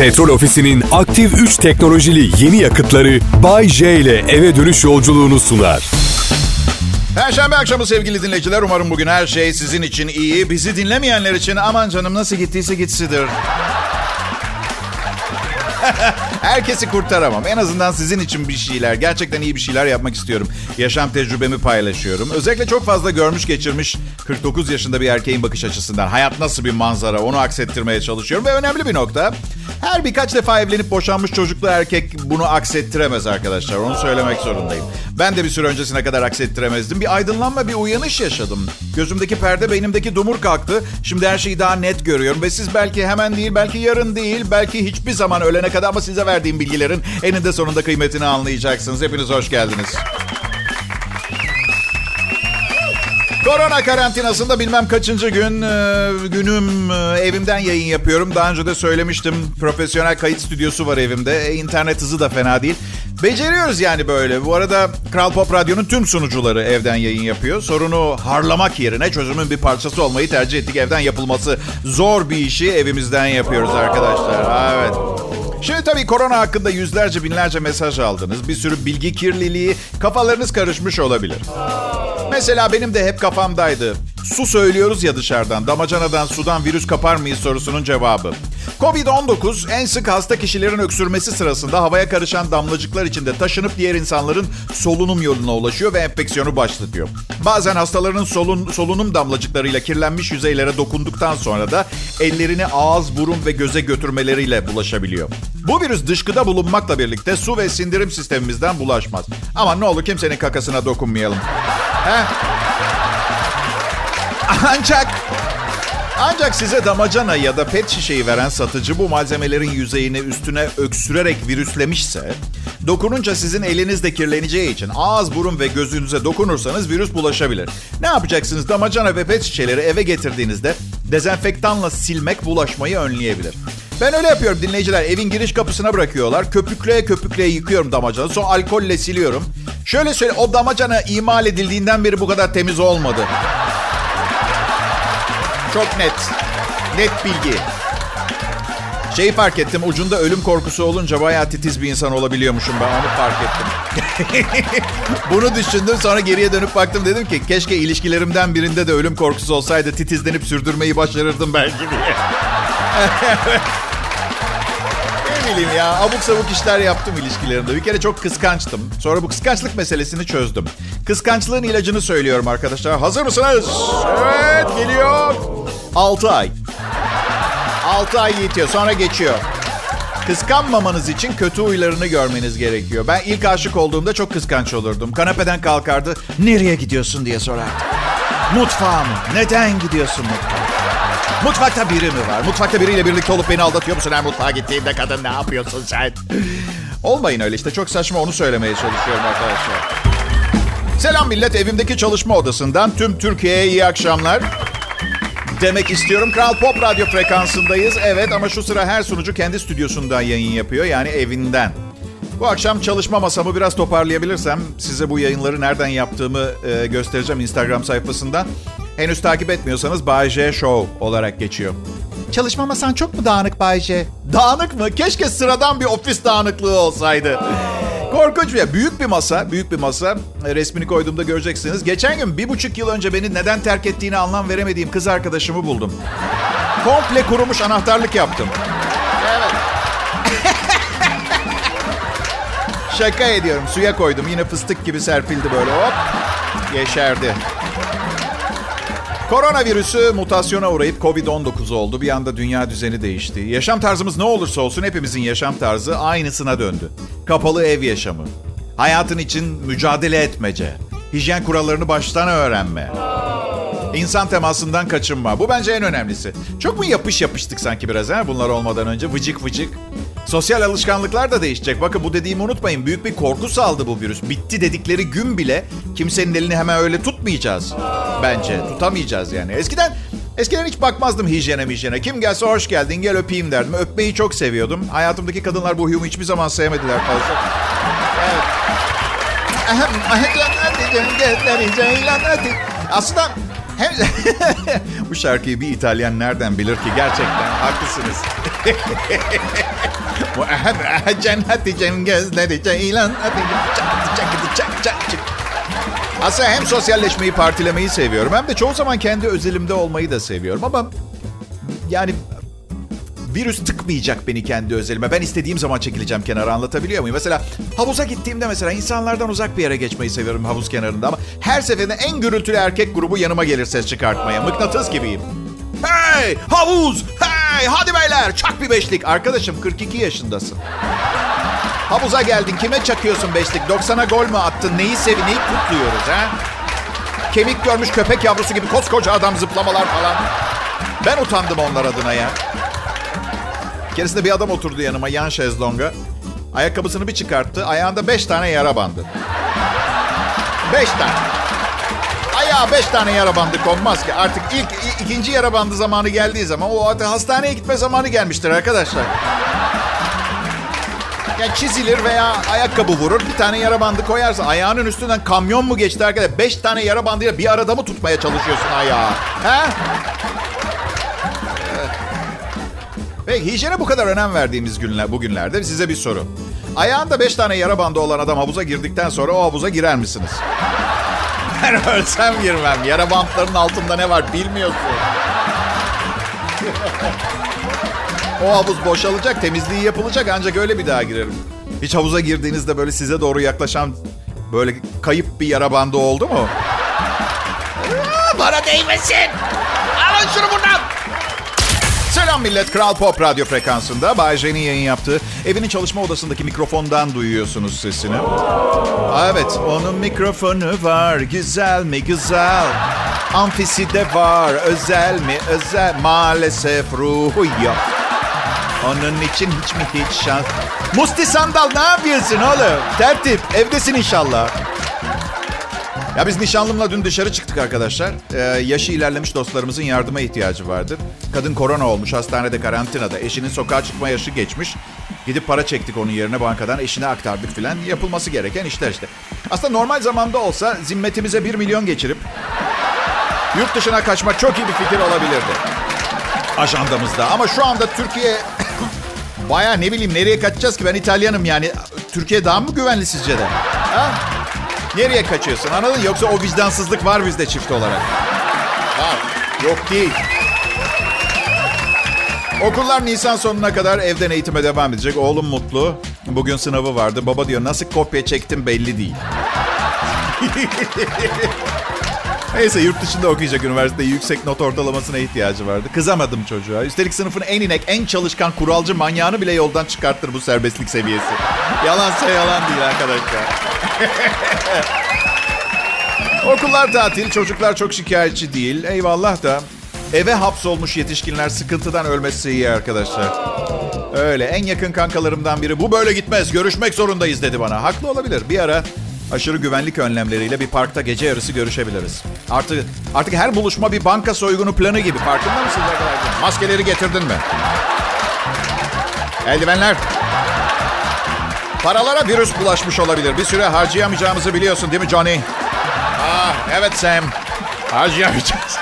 Petrol Ofisi'nin aktif 3 teknolojili yeni yakıtları Bay J ile eve dönüş yolculuğunu sunar. Perşembe akşamı sevgili dinleyiciler. Umarım bugün her şey sizin için iyi. Bizi dinlemeyenler için aman canım nasıl gittiyse gitsidir. Herkesi kurtaramam. En azından sizin için bir şeyler, gerçekten iyi bir şeyler yapmak istiyorum. Yaşam tecrübemi paylaşıyorum. Özellikle çok fazla görmüş geçirmiş 49 yaşında bir erkeğin bakış açısından. Hayat nasıl bir manzara, onu aksettirmeye çalışıyorum. Ve önemli bir nokta, her birkaç defa evlenip boşanmış çocuklu erkek bunu aksettiremez arkadaşlar. Onu söylemek zorundayım. Ben de bir süre öncesine kadar aksettiremezdim. Bir aydınlanma, bir uyanış yaşadım. Gözümdeki perde, beynimdeki dumur kalktı. Şimdi her şeyi daha net görüyorum. Ve siz belki hemen değil, belki yarın değil, belki hiçbir zaman ölene kadar ama size verdiğim bilgilerin eninde sonunda kıymetini anlayacaksınız. Hepiniz hoş geldiniz. Korona karantinasında bilmem kaçıncı günüm evimden yayın yapıyorum. Daha önce de söylemiştim. Profesyonel kayıt stüdyosu var evimde. İnternet hızı da fena değil. Beceriyoruz yani böyle. Bu arada Kral Pop Radyo'nun tüm sunucuları evden yayın yapıyor. Sorunu harlamak yerine çözümün bir parçası olmayı tercih ettik. Evden yapılması zor bir işi evimizden yapıyoruz arkadaşlar. Evet. Şimdi tabii korona hakkında yüzlerce binlerce mesaj aldınız. Bir sürü bilgi kirliliği, kafalarınız karışmış olabilir. Mesela benim de hep kafamdaydı. Su söylüyoruz ya dışarıdan, damacanadan sudan virüs kapar mıyız sorusunun cevabı. Covid-19 en sık hasta kişilerin öksürmesi sırasında havaya karışan damlacıklar içinde taşınıp diğer insanların solunum yoluna ulaşıyor ve enfeksiyonu başlatıyor. Bazen hastaların solunum damlacıklarıyla kirlenmiş yüzeylere dokunduktan sonra da ellerini ağız, burun ve göze götürmeleriyle bulaşabiliyor. Bu virüs dışkıda bulunmakla birlikte su ve sindirim sistemimizden bulaşmaz. Ama ne olur kimsenin kakasına dokunmayalım. Ancak size damacana ya da pet şişeyi veren satıcı bu malzemelerin yüzeyini üstüne öksürerek virüslemişse, dokununca sizin eliniz de kirleneceği için ağız, burun ve gözünüze dokunursanız virüs bulaşabilir. Ne yapacaksınız? Damacana ve pet şişeleri eve getirdiğinizde dezenfektanla silmek bulaşmayı önleyebilir. Ben öyle yapıyorum dinleyiciler. Evin giriş kapısına bırakıyorlar. Köpükleye köpükleye yıkıyorum damacanı. Sonra alkolle siliyorum. Şöyle söyle, o damacana imal edildiğinden beri bu kadar temiz olmadı. Çok net. Net bilgi. Şeyi fark ettim. Ucunda ölüm korkusu olunca bayağı titiz bir insan olabiliyormuşum ben. Onu fark ettim. Bunu düşündüm. Sonra geriye dönüp baktım. Dedim ki keşke ilişkilerimden birinde de ölüm korkusu olsaydı. Titizlenip sürdürmeyi başarırdım belki diye. Ne bileyim ya. Abuk sabuk işler yaptım ilişkilerimde. Bir kere çok kıskançtım. Sonra bu kıskançlık meselesini çözdüm. Kıskançlığın ilacını söylüyorum arkadaşlar. Hazır mısınız? Evet, geliyor. 6 ay. 6 ay yetiyor. Sonra geçiyor. Kıskanmamanız için kötü huylarını görmeniz gerekiyor. Ben ilk aşık olduğumda çok kıskanç olurdum. Kanepeden kalkardı. Nereye gidiyorsun diye sorardı. Mutfağa mı? Neden gidiyorsun mutfağa? Mutfakta biri mi var? Mutfakta biriyle birlikte olup beni aldatıyor musun? Her mutfağa gittiğimde kadın ne yapıyorsun sen? Olmayın öyle işte. Çok saçma, onu söylemeye çalışıyorum arkadaşlar. Selam millet. Evimdeki çalışma odasından tüm Türkiye'ye iyi akşamlar demek istiyorum. Kral Pop Radyo frekansındayız. Evet, ama şu sıra her sunucu kendi stüdyosundan yayın yapıyor. Yani evinden. Bu akşam çalışma masamı biraz toparlayabilirsem size bu yayınları nereden yaptığımı göstereceğim Instagram sayfasından. Henüz takip etmiyorsanız Bay J Show olarak geçiyor. Çalışma masan çok mu dağınık Bay J? Dağınık mı? Keşke sıradan bir ofis dağınıklığı olsaydı. Korkunç bir büyük bir masa. Resmini koyduğumda göreceksiniz. Geçen gün 1,5 yıl önce beni neden terk ettiğini anlam veremediğim kız arkadaşımı buldum. Komple kurumuş, anahtarlık yaptım. Evet. Şaka ediyorum. Suya koydum. Yine fıstık gibi serpildi böyle. Hop. Yeşerdi. Koronavirüsü mutasyona uğrayıp Covid-19 oldu. Bir anda dünya düzeni değişti. Yaşam tarzımız ne olursa olsun hepimizin yaşam tarzı aynısına döndü. Kapalı ev yaşamı. Hayatın için mücadele etmece. Hijyen kurallarını baştan öğrenme. İnsan temasından kaçınma. Bu bence en önemlisi. Çok mu yapıştık sanki biraz bunlar olmadan önce? Vıcık vıcık. Sosyal alışkanlıklar da değişecek. Bakın bu dediğimi unutmayın. Büyük bir korku saldı bu virüs. Bitti dedikleri gün bile kimsenin elini hemen öyle tutmayacağız. Bence tutamayacağız yani. Eskiden hiç bakmazdım hijyene. Kim gelse hoş geldin, gel öpeyim derdim. Öpmeyi çok seviyordum. Hayatımdaki kadınlar bu huyumu hiçbir zaman sevmediler fazla. Evet. Aslında Bu şarkıyı bir İtalyan nereden bilir ki? Gerçekten haklısınız. Bu cennet gözleri ceylan. Aslında hem sosyalleşmeyi, partilemeyi seviyorum. Hem de çoğu zaman kendi özelimde olmayı da seviyorum. Ama yani virüs tıkmayacak beni kendi özelime. Ben istediğim zaman çekileceğim kenara, anlatabiliyor muyum? Mesela havuza gittiğimde mesela insanlardan uzak bir yere geçmeyi seviyorum havuz kenarında. Ama her seferinde en gürültülü erkek grubu yanıma gelir ses çıkartmaya. Mıknatıs gibiyim. Hey havuz! Hey hadi beyler çak bir beşlik. Arkadaşım 42 yaşındasın. Havuza geldin, kime çakıyorsun beşlik? 90'a gol mü attın? Neyi kutluyoruz ha? Kemik görmüş köpek yavrusu gibi koskoca adam zıplamalar falan. Ben utandım onlar adına ya. Bir keresinde bir adam oturdu yanıma yan şezlonga. Ayakkabısını bir çıkarttı. Ayağında 5 tane yara bandı. 5 tane. Ayağa 5 tane yara bandı konmaz ki. Artık ikinci yara bandı zamanı geldiği zaman o hastaneye gitme zamanı gelmiştir arkadaşlar. Yani çizilir veya ayakkabı vurur. Bir tane yara bandı koyarsın. Ayağının üstünden kamyon mu geçti arkadaşlar? 5 tane yara bandıyla bir arada mı tutmaya çalışıyorsun ayağı? Ha? Peki hijyene bu kadar önem verdiğimiz bugünlerde size bir soru. Ayağında 5 tane yara bandı olan adam havuza girdikten sonra o havuza girer misiniz? Ben ölsem girmem. Yara bantlarının altında ne var bilmiyorsun. O havuz boşalacak, temizliği yapılacak, ancak öyle bir daha girerim. Hiç havuza girdiğinizde böyle size doğru yaklaşan böyle kayıp bir yara bandı oldu mu? Bana değmesin. Alın şunu buradan. Selam millet, Kral Pop Radyo frekansında Bay J'nin yayın yaptığı evinin çalışma odasındaki mikrofondan duyuyorsunuz sesini. Evet, onun mikrofonu var, güzel mi güzel. Amfisi de var, özel mi özel. Maalesef ruhu yok. Onun için hiç mi hiç şans. Musti Sandal ne yapıyorsun oğlum? Tertip, evdesin inşallah. Ya biz nişanlımla dün dışarı çıktık arkadaşlar. Yaşı ilerlemiş dostlarımızın yardıma ihtiyacı vardı. Kadın korona olmuş, hastanede karantinada. Eşinin sokağa çıkma yaşı geçmiş. Gidip para çektik onun yerine bankadan. Eşine aktardık filan. Yapılması gereken işler işte. Aslında normal zamanda olsa zimmetimize 1 milyon geçirip yurt dışına kaçmak çok iyi bir fikir olabilirdi. Ajandamızda. Ama şu anda Türkiye... Baya ne bileyim nereye kaçacağız ki? Ben İtalyanım yani. Türkiye daha mı güvenli sizce de? Ha? Nereye kaçıyorsun anladın? Yoksa o vicdansızlık var bizde çift olarak. Var. Yok değil. Okullar Nisan sonuna kadar evden eğitime devam edecek. Oğlum mutlu. Bugün sınavı vardı. Baba diyor nasıl kopya çektim belli değil. Neyse yurt dışında okuyacak, üniversitede yüksek not ortalamasına ihtiyacı vardı. Kızamadım çocuğa. Üstelik sınıfın en inek, en çalışkan, kuralcı manyağını bile yoldan çıkartır bu serbestlik seviyesi. Yalansa yalan değil arkadaşlar. Okullar tatil, çocuklar çok şikayetçi değil. Eyvallah da eve hapsolmuş yetişkinler sıkıntıdan ölmesi iyi arkadaşlar. Öyle en yakın kankalarımdan biri bu böyle gitmez, görüşmek zorundayız dedi bana. Haklı olabilir. Bir ara aşırı güvenlik önlemleriyle bir parkta gece yarısı görüşebiliriz. Artık her buluşma bir banka soygunu planı gibi. Farkında mısınız arkadaşlar? Maskeleri getirdin mi? Eldivenler. Paralara virüs bulaşmış olabilir. Bir süre harcayamayacağımızı biliyorsun değil mi Johnny? Evet Sam. Harcayamayacağız.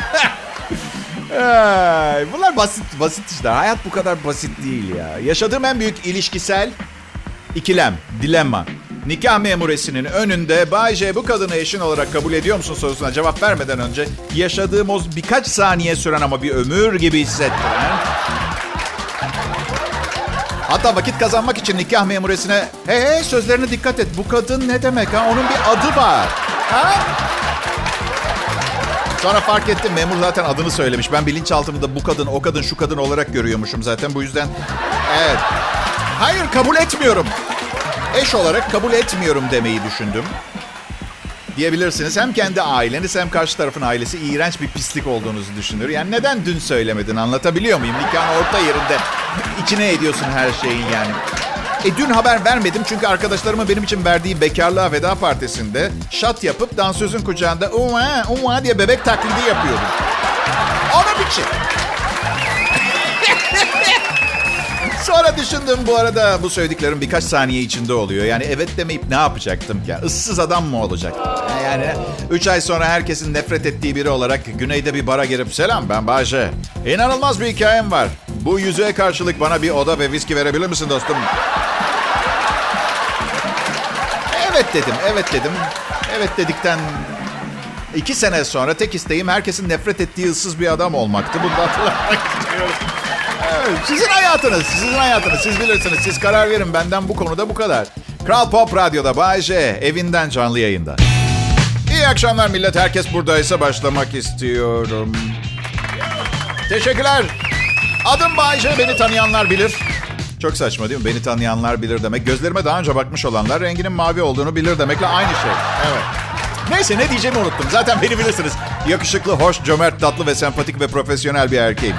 Bunlar basit işler. Hayat bu kadar basit değil ya. Yaşadığım en büyük ilişkisel ikilem, dilemma. Nikah memuresinin önünde Bay J bu kadını eşin olarak kabul ediyor musun sorusuna cevap vermeden önce yaşadığım o birkaç saniye süren ama bir ömür gibi hissettiren, hatta vakit kazanmak için nikah memuresine hey sözlerine dikkat et, bu kadın ne demek ha, onun bir adı var ha? Sonra fark ettim memur zaten adını söylemiş. Ben bilinçaltımda bu kadın, o kadın, şu kadın olarak görüyormuşum zaten. Bu yüzden evet. Hayır kabul etmiyorum. Eş olarak kabul etmiyorum demeyi düşündüm. Diyebilirsiniz. Hem kendi aileniz hem karşı tarafın ailesi iğrenç bir pislik olduğunuzu düşünür. Yani neden dün söylemedin, anlatabiliyor muyum? Nikahın orta yerinde içine ediyorsun her şeyin yani. Dün haber vermedim çünkü arkadaşlarımın benim için verdiği bekarlığa veda partisinde şat yapıp dansözün kucağında uva diye bebek taklidi yapıyordum. Onun için. Sonra düşündüm, bu arada bu söylediklerim birkaç saniye içinde oluyor. Yani evet demeyip ne yapacaktım ki? Issız adam mı olacak? Yani 3 ay sonra herkesin nefret ettiği biri olarak güneyde bir bara girip selam ben Bayce. İnanılmaz bir hikayem var. Bu yüzüğe karşılık bana bir oda ve viski verebilir misin dostum? Evet dedim. Evet dedikten 2 sene sonra tek isteğim herkesin nefret ettiği ıssız bir adam olmaktı. Bunu da hatırlamak istiyorum. Evet, sizin hayatınız. Siz bilirsiniz. Siz karar verin. Benden bu konuda bu kadar. Kral Pop Radyo'da Bay J, evinden canlı yayında. İyi akşamlar millet. Herkes buradaysa başlamak istiyorum. Teşekkürler. Adım Bay J. Beni tanıyanlar bilir. Çok saçma değil mi? Beni tanıyanlar bilir demek. Gözlerime daha önce bakmış olanlar renginin mavi olduğunu bilir demekle aynı şey. Evet. Neyse, ne diyeceğimi unuttum. Zaten beni bilirsiniz. Yakışıklı, hoş, cömert, tatlı ve sempatik ve profesyonel bir erkeğim.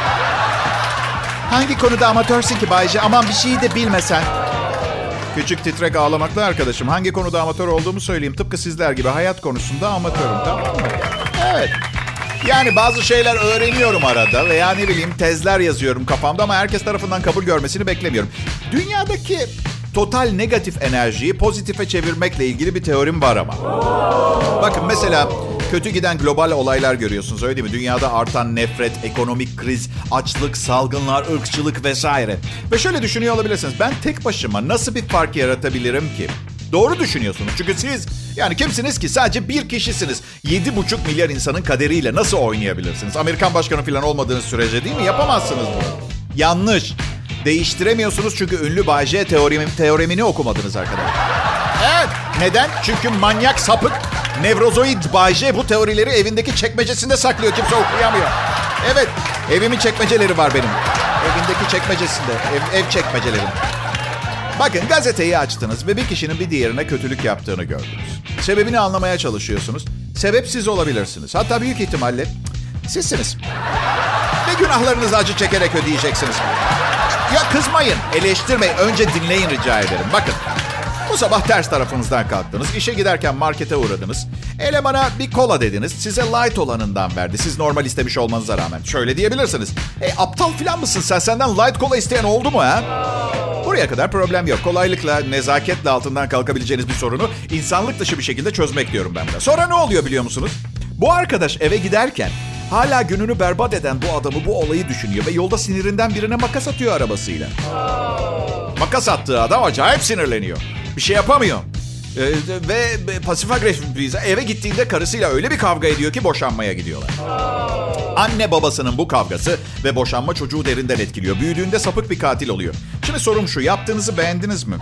Hangi konuda amatörsün ki Bayce? Aman bir şeyi de bilmesen. Küçük titrek ağlamaklı arkadaşım. Hangi konuda amatör olduğumu söyleyeyim. Tıpkı sizler gibi hayat konusunda amatörüm, tamam mı? Evet. Yani bazı şeyler öğreniyorum arada veya ne bileyim tezler yazıyorum kafamda ama herkes tarafından kabul görmesini beklemiyorum. Dünyadaki total negatif enerjiyi pozitife çevirmekle ilgili bir teorim var ama. Bakın mesela kötü giden global olaylar görüyorsunuz, öyle değil mi? Dünyada artan nefret, ekonomik kriz, açlık, salgınlar, ırkçılık vesaire. Ve şöyle düşünüyor olabilirsiniz. Ben tek başıma nasıl bir fark yaratabilirim ki? Doğru düşünüyorsunuz. Çünkü siz yani kimsiniz ki? Sadece bir kişisiniz. 7,5 milyar insanın kaderiyle nasıl oynayabilirsiniz? Amerikan başkanı falan olmadığınız sürece değil mi? Yapamazsınız bunu. Yanlış. Değiştiremiyorsunuz çünkü ünlü Bay J teoremini okumadınız arkadaşlar. Evet. Neden? Çünkü manyak, sapık, nevrozoid Bay J bu teorileri evindeki çekmecesinde saklıyor. Kimse okuyamıyor. Evet. Evimin çekmeceleri var benim. Evindeki çekmecesinde. Ev çekmecelerim. Bakın, gazeteyi açtınız ve bir kişinin bir diğerine kötülük yaptığını gördünüz. Sebebini anlamaya çalışıyorsunuz. Sebep siz olabilirsiniz. Hatta büyük ihtimalle sizsiniz. Ve günahlarınızı acı çekerek ödeyeceksiniz. Ya kızmayın, eleştirmeyin. Önce dinleyin rica ederim. Bakın, bu sabah ters tarafınızdan kalktınız. İşe giderken markete uğradınız. Elemana bir kola dediniz. Size light olanından verdi. Siz normal istemiş olmanıza rağmen. Şöyle diyebilirsiniz. Aptal falan mısın sen? Senden light kola isteyen oldu mu ha? Buraya kadar problem yok. Kolaylıkla, nezaketle altından kalkabileceğiniz bir sorunu insanlık dışı bir şekilde çözmek diyorum ben de. Sonra ne oluyor biliyor musunuz? Bu arkadaş eve giderken hala gününü berbat eden bu adamı, bu olayı düşünüyor ve yolda sinirinden birine makas atıyor arabasıyla. Makas attığı adam acayip sinirleniyor. Bir şey yapamıyor. Ve pasif agresif bir insan. Eve gittiğinde karısıyla öyle bir kavga ediyor ki boşanmaya gidiyorlar. Anne babasının bu kavgası ve boşanma çocuğu derinden etkiliyor. Büyüdüğünde sapık bir katil oluyor. Şimdi sorum şu, yaptığınızı beğendiniz mi?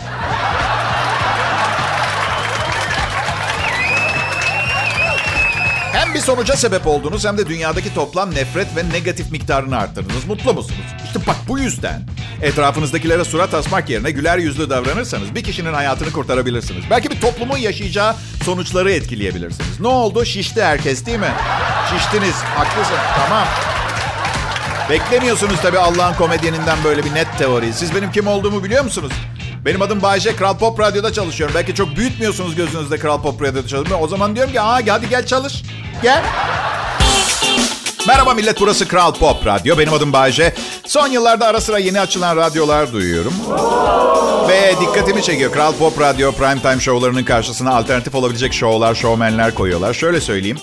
Hem bir sonuca sebep oldunuz hem de dünyadaki toplam nefret ve negatif miktarını arttırdınız. Mutlu musunuz? İşte bak bu yüzden etrafınızdakilere surat asmak yerine güler yüzlü davranırsanız bir kişinin hayatını kurtarabilirsiniz. Belki bir toplumun yaşayacağı sonuçları etkileyebilirsiniz. Ne oldu? Şişti herkes değil mi? Şiştiniz. Haklısın. Tamam. Beklemiyorsunuz tabii Allah'ın komedyeninden böyle bir net teori. Siz benim kim olduğumu biliyor musunuz? Benim adım Bay J. Kral Pop Radyo'da çalışıyorum. Belki çok büyütmüyorsunuz gözünüzde Kral Pop Radyo'da çalışıyorum. O zaman diyorum ki hadi gel çalış. Gel. Merhaba millet, burası Kral Pop Radyo. Benim adım Bay J. Son yıllarda ara sıra yeni açılan radyolar duyuyorum. Ve dikkatimi çekiyor. Kral Pop Radyo prime time şovlarının karşısına alternatif olabilecek şovlar, şovmenler koyuyorlar. Şöyle söyleyeyim.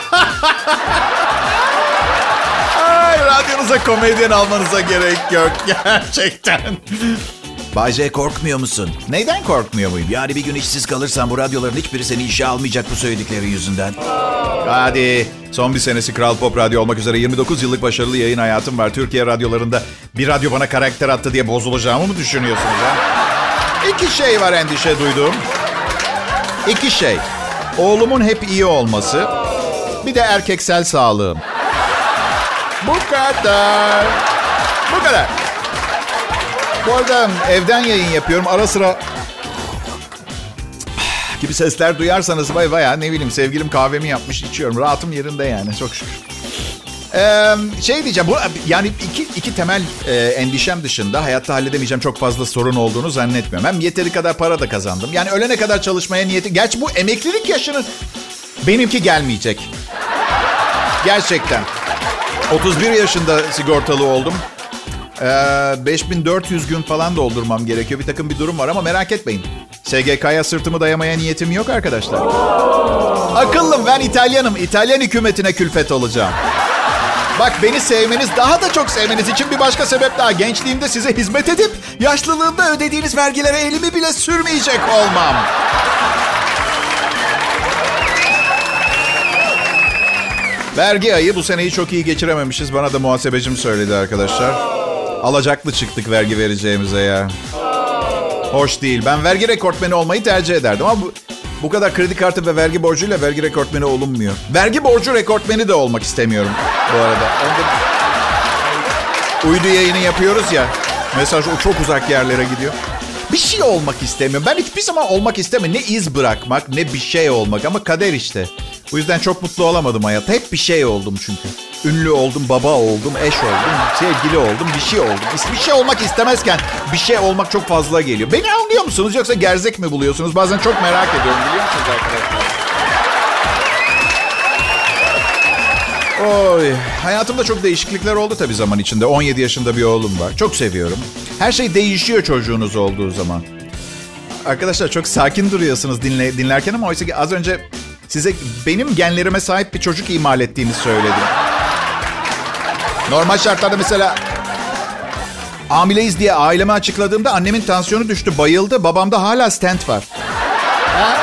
Ay, radyonuza komedyen almanıza gerek yok gerçekten. Bay J, korkmuyor musun? Neyden korkmuyor muyum? Yani bir gün işsiz kalırsan bu radyoların hiçbiri seni işe almayacak bu söyledikleri yüzünden. Hadi. Son bir senesi Kral Pop Radyo olmak üzere 29 yıllık başarılı yayın hayatım var. Türkiye radyolarında bir radyo bana karakter attı diye bozulacağımı mı düşünüyorsunuz ha? 2 şey var endişe duyduğum. 2 şey. Oğlumun hep iyi olması. Bir de erkeksel sağlığım. Bu kadar. Bu kadar. Bu arada evden yayın yapıyorum. Ara sıra gibi sesler duyarsanız vay ne bileyim, sevgilim kahvemi yapmış içiyorum. Rahatım yerinde yani, çok şükür. Şey diyeceğim, bu yani iki temel endişem dışında hayatta halledemeyeceğim çok fazla sorun olduğunu zannetmiyorum. Hem yeteri kadar para da kazandım. Yani ölene kadar çalışmaya niyeti. Gerçi bu emeklilik yaşının benimki gelmeyecek. Gerçekten. 31 yaşında sigortalı oldum. 5400 gün falan doldurmam gerekiyor. Bir takım bir durum var ama merak etmeyin. SGK'ya sırtımı dayamaya niyetim yok arkadaşlar. Akıllım, ben İtalyanım. İtalyan hükümetine külfet olacağım. Bak, beni sevmeniz, daha da çok sevmeniz için bir başka sebep daha. Gençliğimde size hizmet edip yaşlılığımda ödediğiniz vergilere elimi bile sürmeyecek olmam. Vergi ayı bu seneyi çok iyi geçirememişiz. Bana da muhasebecim söyledi arkadaşlar. Alacaklı çıktık vergi vereceğimize ya. Hoş değil. Ben vergi rekortmeni olmayı tercih ederdim ama bu kadar kredi kartı ve vergi borcuyla vergi rekortmeni olunmuyor. Vergi borcu rekortmeni de olmak istemiyorum bu arada. Uydu yayını yapıyoruz ya. Mesaj o çok uzak yerlere gidiyor. Bir şey olmak istemiyorum. Ben hiçbir zaman olmak istemiyorum. Ne iz bırakmak, ne bir şey olmak. Ama kader işte. Bu yüzden çok mutlu olamadım hayatta. Hep bir şey oldum çünkü. Ünlü oldum, baba oldum, eş oldum, sevgili oldum, bir şey oldum. Bir şey olmak istemezken bir şey olmak çok fazla geliyor. Beni anlıyor musunuz yoksa gerzek mi buluyorsunuz? Bazen çok merak ediyorum, biliyor musunuz arkadaşlar? Oy, hayatımda çok değişiklikler oldu tabii zaman içinde. 17 yaşında bir oğlum var. Çok seviyorum. Her şey değişiyor çocuğunuz olduğu zaman. Arkadaşlar çok sakin duruyorsunuz dinlerken ama oysa ki az önce size benim genlerime sahip bir çocuk imal ettiğini söyledim. Normal şartlarda mesela hamileyiz diye aileme açıkladığımda annemin tansiyonu düştü, bayıldı. Babamda hala stent var. Ha?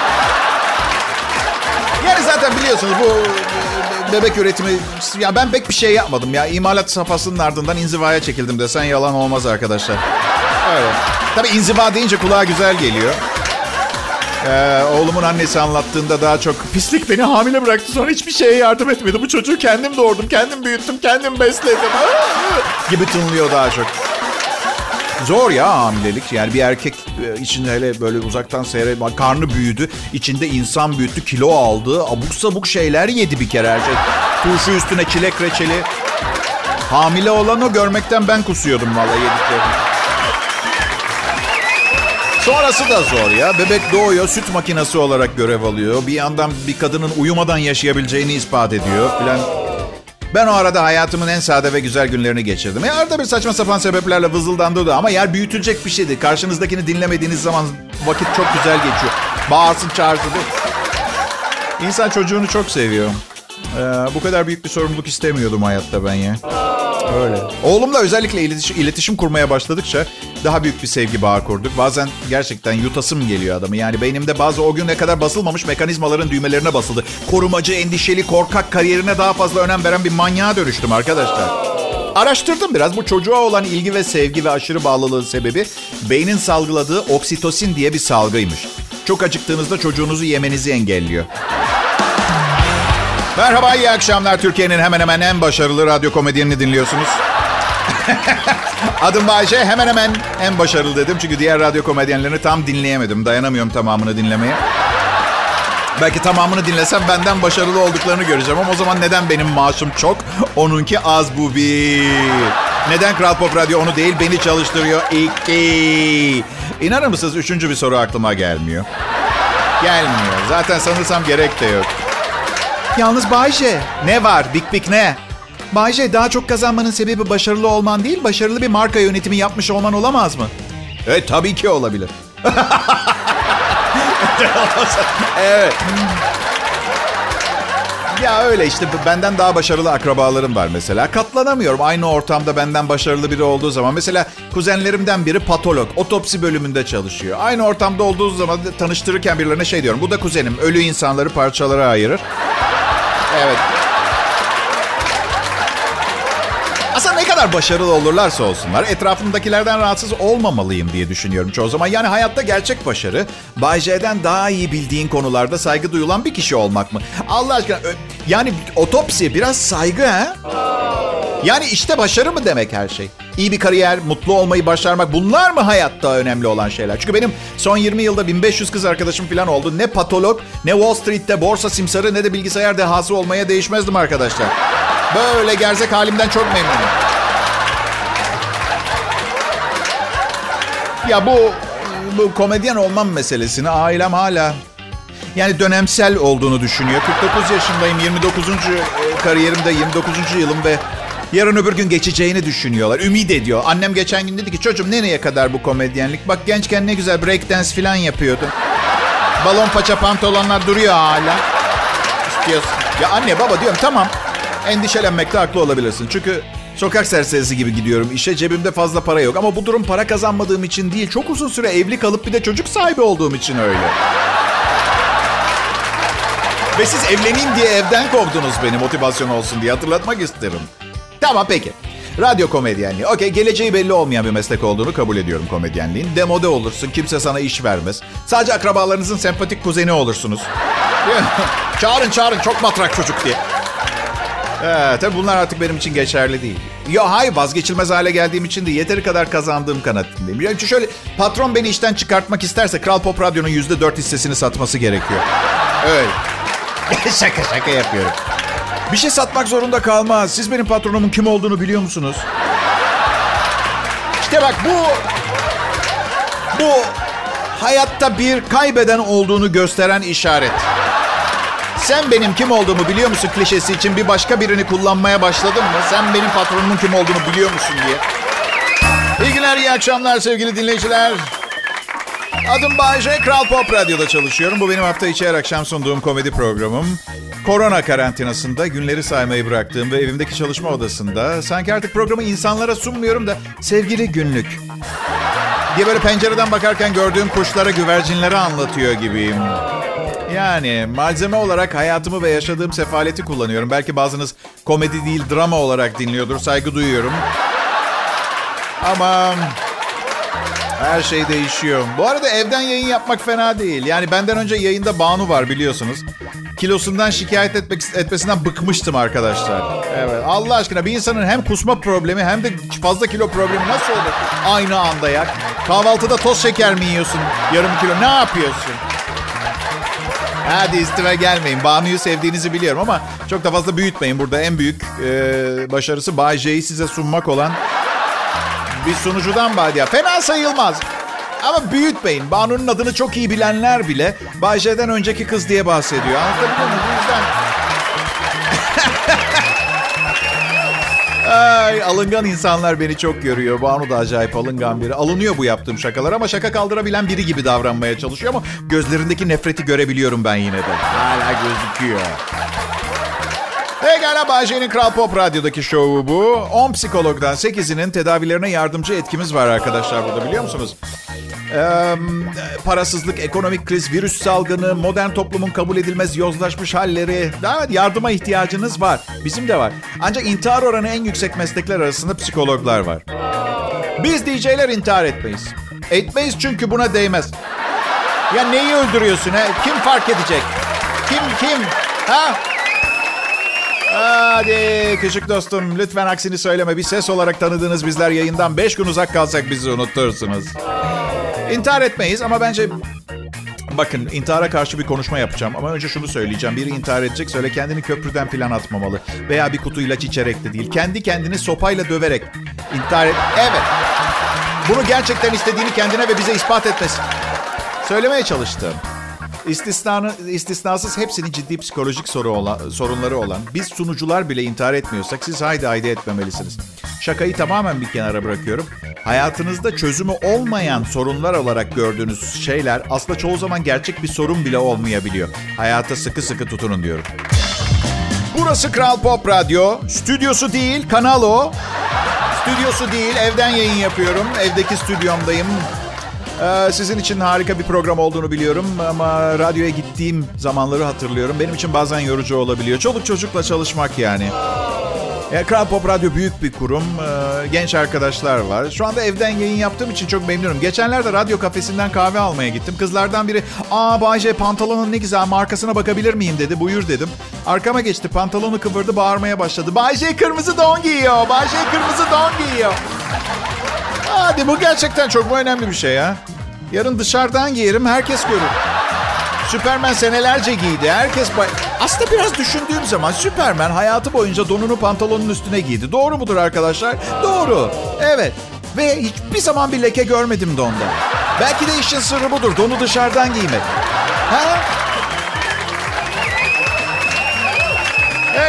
Yani zaten biliyorsunuz bu bebek üretimi... Ya ben pek bir şey yapmadım ya. İmalat safhasının ardından inzivaya çekildim desen yalan olmaz arkadaşlar. Evet. Tabii inziva deyince kulağa güzel geliyor. Oğlumun annesi anlattığında daha çok pislik beni hamile bıraktı, sonra hiçbir şeye yardım etmedi. Bu çocuğu kendim doğurdum, kendim büyüttüm, kendim besledim gibi tınlıyor daha çok. Zor ya hamilelik. Yani bir erkek içinde hele böyle uzaktan seyret, karnı büyüdü, içinde insan büyüttü, kilo aldı, abuk sabuk şeyler yedi bir kere her şey. Turşu üstüne çilek reçeli. Hamile olan o, görmekten ben kusuyordum vallahi yediklerini. Sonrası da zor ya. Bebek doğuyor, süt makinesi olarak görev alıyor. Bir yandan bir kadının uyumadan yaşayabileceğini ispat ediyor falan. Ben o arada hayatımın en sade ve güzel günlerini geçirdim. Arada bir saçma sapan sebeplerle vızıldandı da ama yer büyütülecek bir şeydi. Karşınızdakini dinlemediğiniz zaman vakit çok güzel geçiyor. Bağırsın çağırsın. İnsan çocuğunu çok seviyor. Bu kadar büyük bir sorumluluk istemiyordum hayatta ben ya. Öyle. Oğlumla özellikle iletişim kurmaya başladıkça daha büyük bir sevgi bağı kurduk. Bazen gerçekten yutasım geliyor adamı. Yani beynimde bazı o güne kadar basılmamış mekanizmaların düğmelerine basıldı. Korumacı, endişeli, korkak, kariyerine daha fazla önem veren bir manyağa dönüştüm arkadaşlar. Araştırdım biraz. Bu çocuğa olan ilgi ve sevgi ve aşırı bağlılığın sebebi beynin salgıladığı oksitosin diye bir salgıymış. Çok acıktığınızda çocuğunuzu yemenizi engelliyor. Merhaba, iyi akşamlar. Türkiye'nin hemen hemen en başarılı radyo komedyenini dinliyorsunuz. Adım Bayce, hemen hemen en başarılı dedim. Çünkü diğer radyo komedyenlerini tam dinleyemedim. Dayanamıyorum tamamını dinlemeye. Belki tamamını dinlesem benden başarılı olduklarını göreceğim. Ama o zaman neden benim maaşım çok, onunki az bu bir? Neden Kral Pop Radyo onu değil beni çalıştırıyor? İki. İnanır mısınız 3. bir soru aklıma gelmiyor. Gelmiyor. Zaten sanırsam gerek de yok. Yalnız Bayce, ne var? Bik ne? Bayce, daha çok kazanmanın sebebi başarılı olman değil, başarılı bir marka yönetimi yapmış olman olamaz mı? Evet, tabii ki olabilir. Evet. Ya öyle işte, benden daha başarılı akrabalarım var mesela. Katlanamıyorum aynı ortamda benden başarılı biri olduğu zaman. Mesela kuzenlerimden biri patolog, otopsi bölümünde çalışıyor. Aynı ortamda olduğu zaman tanıştırırken birilerine şey diyorum. Bu da kuzenim, ölü insanları parçalara ayırır. Evet. Aslında ne kadar başarılı olurlarsa olsunlar, etrafımdakilerden rahatsız olmamalıyım diye düşünüyorum çoğu zaman. Yani hayatta gerçek başarı, Bay J'den daha iyi bildiğin konularda saygı duyulan bir kişi olmak mı? Allah aşkına, yani otopsi biraz saygı ha? Yani işte başarı mı demek her şey? İyi bir kariyer, mutlu olmayı başarmak, bunlar mı hayatta önemli olan şeyler? Çünkü benim son 20 yılda 1500 kız arkadaşım falan oldu. Ne patolog, ne Wall Street'te borsa simsarı, ne de bilgisayar dehası olmaya değişmezdim arkadaşlar. Böyle gerzek halimden çok memnunum. Ya bu komedyen olmam meselesini ailem hala yani dönemsel olduğunu düşünüyor. 49 yaşındayım, 29. kariyerimde 29. yılım ve Yarın öbür gün geçeceğini düşünüyorlar. Ümit ediyor. Annem geçen gün dedi ki çocuğum nereye kadar bu komedyenlik? Bak gençken ne güzel breakdance falan yapıyordun. Balon paça pantolonlar duruyor hala. İstiyorsun. Ya anne baba diyorum tamam. Endişelenmekte haklı olabilirsin. Çünkü sokak serserisi gibi gidiyorum işe. Cebimde fazla para yok. Ama bu durum para kazanmadığım için değil. Çok uzun süre evli kalıp bir de çocuk sahibi olduğum için öyle. Ve siz evleneyim diye evden kovdunuz beni motivasyon olsun diye hatırlatmak isterim. Tamam peki. Radyo komedyenliği. Okey, geleceği belli olmayan bir meslek olduğunu kabul ediyorum komedyenliğin. Demode olursun, kimse sana iş vermez. Sadece akrabalarınızın sempatik kuzeni olursunuz. Çağırın çok matrak çocuk diye. Tabii bunlar artık benim için geçerli değil. Yo hayır, vazgeçilmez hale geldiğim için de yeteri kadar kazandığım kanaatindeyim. Yani şöyle, patron beni işten çıkartmak isterse Kral Pop Radyo'nun %4 hissesini satması gerekiyor. Öyle. Şaka yapıyorum. Bir şey satmak zorunda kalmaz. Siz benim patronumun kim olduğunu biliyor musunuz? İşte bak bu hayatta bir kaybeden olduğunu gösteren işaret. Sen benim kim olduğumu biliyor musun klişesi için bir başka birini kullanmaya başladın mı? Sen benim patronumun kim olduğunu biliyor musun diye. İyi günler, iyi akşamlar sevgili dinleyiciler. Adım Bay J, Kral Pop Radyo'da çalışıyorum. Bu benim hafta içi her akşam sunduğum komedi programım. Korona karantinasında günleri saymayı bıraktığım ve evimdeki çalışma odasında sanki artık programı insanlara sunmuyorum da sevgili günlük diye böyle pencereden bakarken gördüğüm kuşlara, güvercinlere anlatıyor gibiyim. Yani malzeme olarak hayatımı ve yaşadığım sefaleti kullanıyorum. Belki bazınız komedi değil drama olarak dinliyordur. Saygı duyuyorum. Ama her şey değişiyor. Bu arada evden yayın yapmak fena değil. Yani benden önce yayında Banu var biliyorsunuz. Kilosundan şikayet etmesinden bıkmıştım arkadaşlar. Evet, Allah aşkına bir insanın hem kusma problemi hem de fazla kilo problemi nasıl olur? Aynı anda ya. Kahvaltıda toz şeker mi yiyorsun? Yarım kilo ne yapıyorsun? Hadi üstüme gelmeyin. Banu'yu sevdiğinizi biliyorum ama çok da fazla büyütmeyin. Burada en büyük başarısı Bay J'yi size sunmak olan bir sunucudan bahsediyor. Fena sayılmaz. Ama büyütmeyin. Banu'nun adını çok iyi bilenler bile Bay J'den önceki kız diye bahsediyor. Anlatabiliyor muyum? Bu yüzden... Ay, alıngan insanlar beni çok görüyor. Banu da acayip alıngan biri. Alınıyor bu yaptığım şakalar ama şaka kaldırabilen biri gibi davranmaya çalışıyor ama gözlerindeki nefreti görebiliyorum ben yine de. Hala gözüküyor. Pekala, Bay J'nin Kral Pop Radyo'daki şovu bu. 10 psikologdan 8'inin tedavilerine yardımcı etkimiz var arkadaşlar burada, biliyor musunuz? Parasızlık, ekonomik kriz, virüs salgını, modern toplumun kabul edilmez yozlaşmış halleri. Evet, yardıma ihtiyacınız var. Bizim de var. Ancak intihar oranı en yüksek meslekler arasında psikologlar var. Biz DJ'ler intihar etmeyiz. Etmeyiz çünkü buna değmez. Ya neyi öldürüyorsun ha? Kim fark edecek? Kim? Ha? Hadi küçük dostum, lütfen aksini söyleme. Bir ses olarak tanıdığınız bizler yayından 5 gün uzak kalsak bizi unutursunuz. İntihar etmeyiz ama bence... Bakın, intihara karşı bir konuşma yapacağım ama önce şunu söyleyeceğim. Biri intihar edecek, söyle kendini köprüden falan atmamalı. Veya bir kutu ilaç içerek de değil. Kendi kendini sopayla döverek intihar et... Evet. Bunu gerçekten istediğini kendine ve bize ispat etmesi. Söylemeye çalıştım. İstisnasız hepsinin ciddi psikolojik sorunları olan biz sunucular bile intihar etmiyorsak siz haydi etmemelisiniz. Şakayı tamamen bir kenara bırakıyorum. Hayatınızda çözümü olmayan sorunlar olarak gördüğünüz şeyler aslında çoğu zaman gerçek bir sorun bile olmayabiliyor. Hayata sıkı sıkı tutunun diyorum. Burası Kral Pop Radyo. Stüdyosu değil, kanal o. Stüdyosu değil, evden yayın yapıyorum. Evdeki stüdyomdayım. Sizin için harika bir program olduğunu biliyorum ama radyoya gittiğim zamanları hatırlıyorum. Benim için bazen yorucu olabiliyor. Çoluk çocukla çalışmak yani. Kral Pop Radyo büyük bir kurum. Genç arkadaşlar var. Şu anda evden yayın yaptığım için çok memnunum. Geçenlerde radyo kafesinden kahve almaya gittim. Kızlardan biri, Bay J pantolonun ne güzel, markasına bakabilir miyim dedi. Buyur dedim. Arkama geçti, pantolonu kıvırdı, bağırmaya başladı. Bay J kırmızı don giyiyor. Bay J kırmızı don giyiyor. Hadi, bu gerçekten çok önemli bir şey ya. Yarın dışarıdan giyerim, herkes görür. Süperman senelerce giydi. Aslında biraz düşündüğüm zaman Süperman hayatı boyunca donunu pantolonun üstüne giydi. Doğru mudur arkadaşlar? Doğru. Evet. Ve hiçbir zaman bir leke görmedim donda. Belki de işin sırrı budur. Donu dışarıdan giymek. Ha?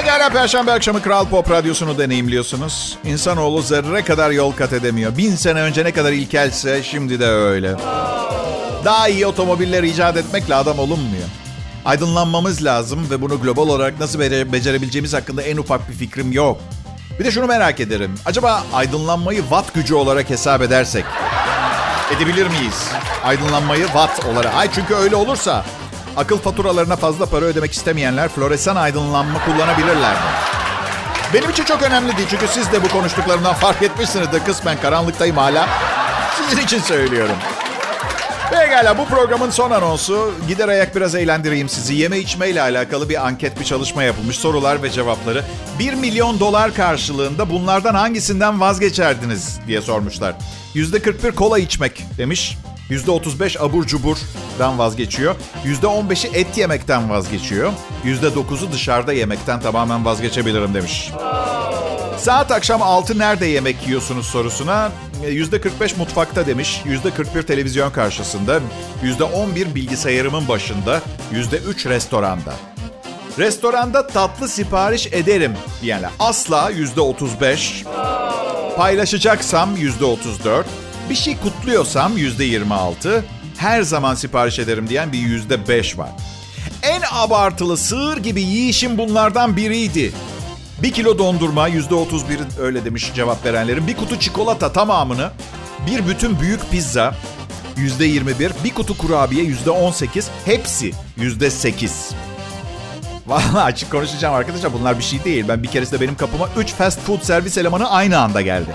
Pekala, Perşembe akşamı Kral Pop Radyosu'nu deneyimliyorsunuz. İnsanoğlu zerre kadar yol kat edemiyor. 1000 sene önce ne kadar ilkelse şimdi de öyle. Daha iyi otomobiller icat etmekle adam olunmuyor. Aydınlanmamız lazım ve bunu global olarak nasıl becerebileceğimiz hakkında en ufak bir fikrim yok. Bir de şunu merak ederim. Acaba aydınlanmayı watt gücü olarak hesap edersek edebilir miyiz? Aydınlanmayı watt olarak. Çünkü öyle olursa akıl faturalarına fazla para ödemek istemeyenler floresan aydınlanma kullanabilirler mi? Benim için çok önemli değil. Çünkü siz de bu konuştuklarımdan fark etmişsinizdir. Kısmen karanlıktayım hala. Sizin için söylüyorum. Pekala, bu programın son anonsu. Gider ayak biraz eğlendireyim sizi. Yeme içmeyle alakalı bir anket, bir çalışma yapılmış. Sorular ve cevapları. $1 milyon karşılığında bunlardan hangisinden vazgeçerdiniz diye sormuşlar. %41 kola içmek demiş. %35 abur cuburdan vazgeçiyor. %15'i et yemekten vazgeçiyor. %9'u dışarıda yemekten tamamen vazgeçebilirim demiş. Saat akşam 6 nerede yemek yiyorsunuz sorusuna %45 mutfakta demiş. %41 televizyon karşısında. %11 bilgisayarımın başında. %3 restoranda. Restoranda tatlı sipariş ederim diyenler asla %35. Paylaşacaksam %34. Bir şey kutluyorsam %26. Her zaman sipariş ederim diyen bir %5 var. En abartılı sığır gibi yiyişim bunlardan biriydi. 1 kilo dondurma %31 öyle demiş cevap verenlerin. Bir kutu çikolata tamamını. Bir bütün büyük pizza %21. Bir kutu kurabiye %18. Hepsi %8. Vallahi açık konuşacağım arkadaşlar, bunlar bir şey değil. Ben bir keresinde benim kapıma 3 fast food servis elemanı aynı anda geldi.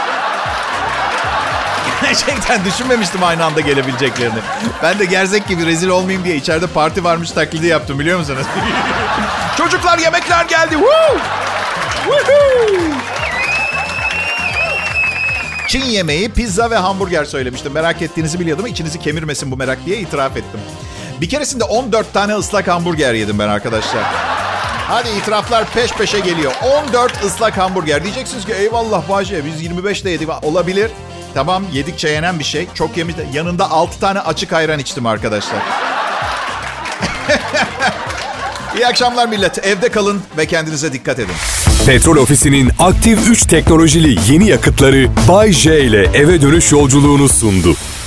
Gerçekten düşünmemiştim aynı anda gelebileceklerini. Ben de gerzek gibi rezil olmayayım diye içeride parti varmış taklidi yaptım, biliyor musunuz? Çocuklar, yemekler geldi. Woo! Çin yemeği, pizza ve hamburger söylemiştim. Merak ettiğinizi biliyordum. İçinizi kemirmesin bu merak diye itiraf ettim. Bir keresinde 14 tane ıslak hamburger yedim ben arkadaşlar. Hadi itiraflar peş peşe geliyor. 14 ıslak hamburger. Diyeceksiniz ki eyvallah Bahçe, biz 25'te yedik. Olabilir. Tamam, yedikçe yenen bir şey. Çok yemiş. Yanında 6 tane açık ayran içtim arkadaşlar. İyi akşamlar millet. Evde kalın ve kendinize dikkat edin. Petrol Ofisi'nin aktif 3 teknolojili yeni yakıtları Bay J ile eve dönüş yolculuğunu sundu.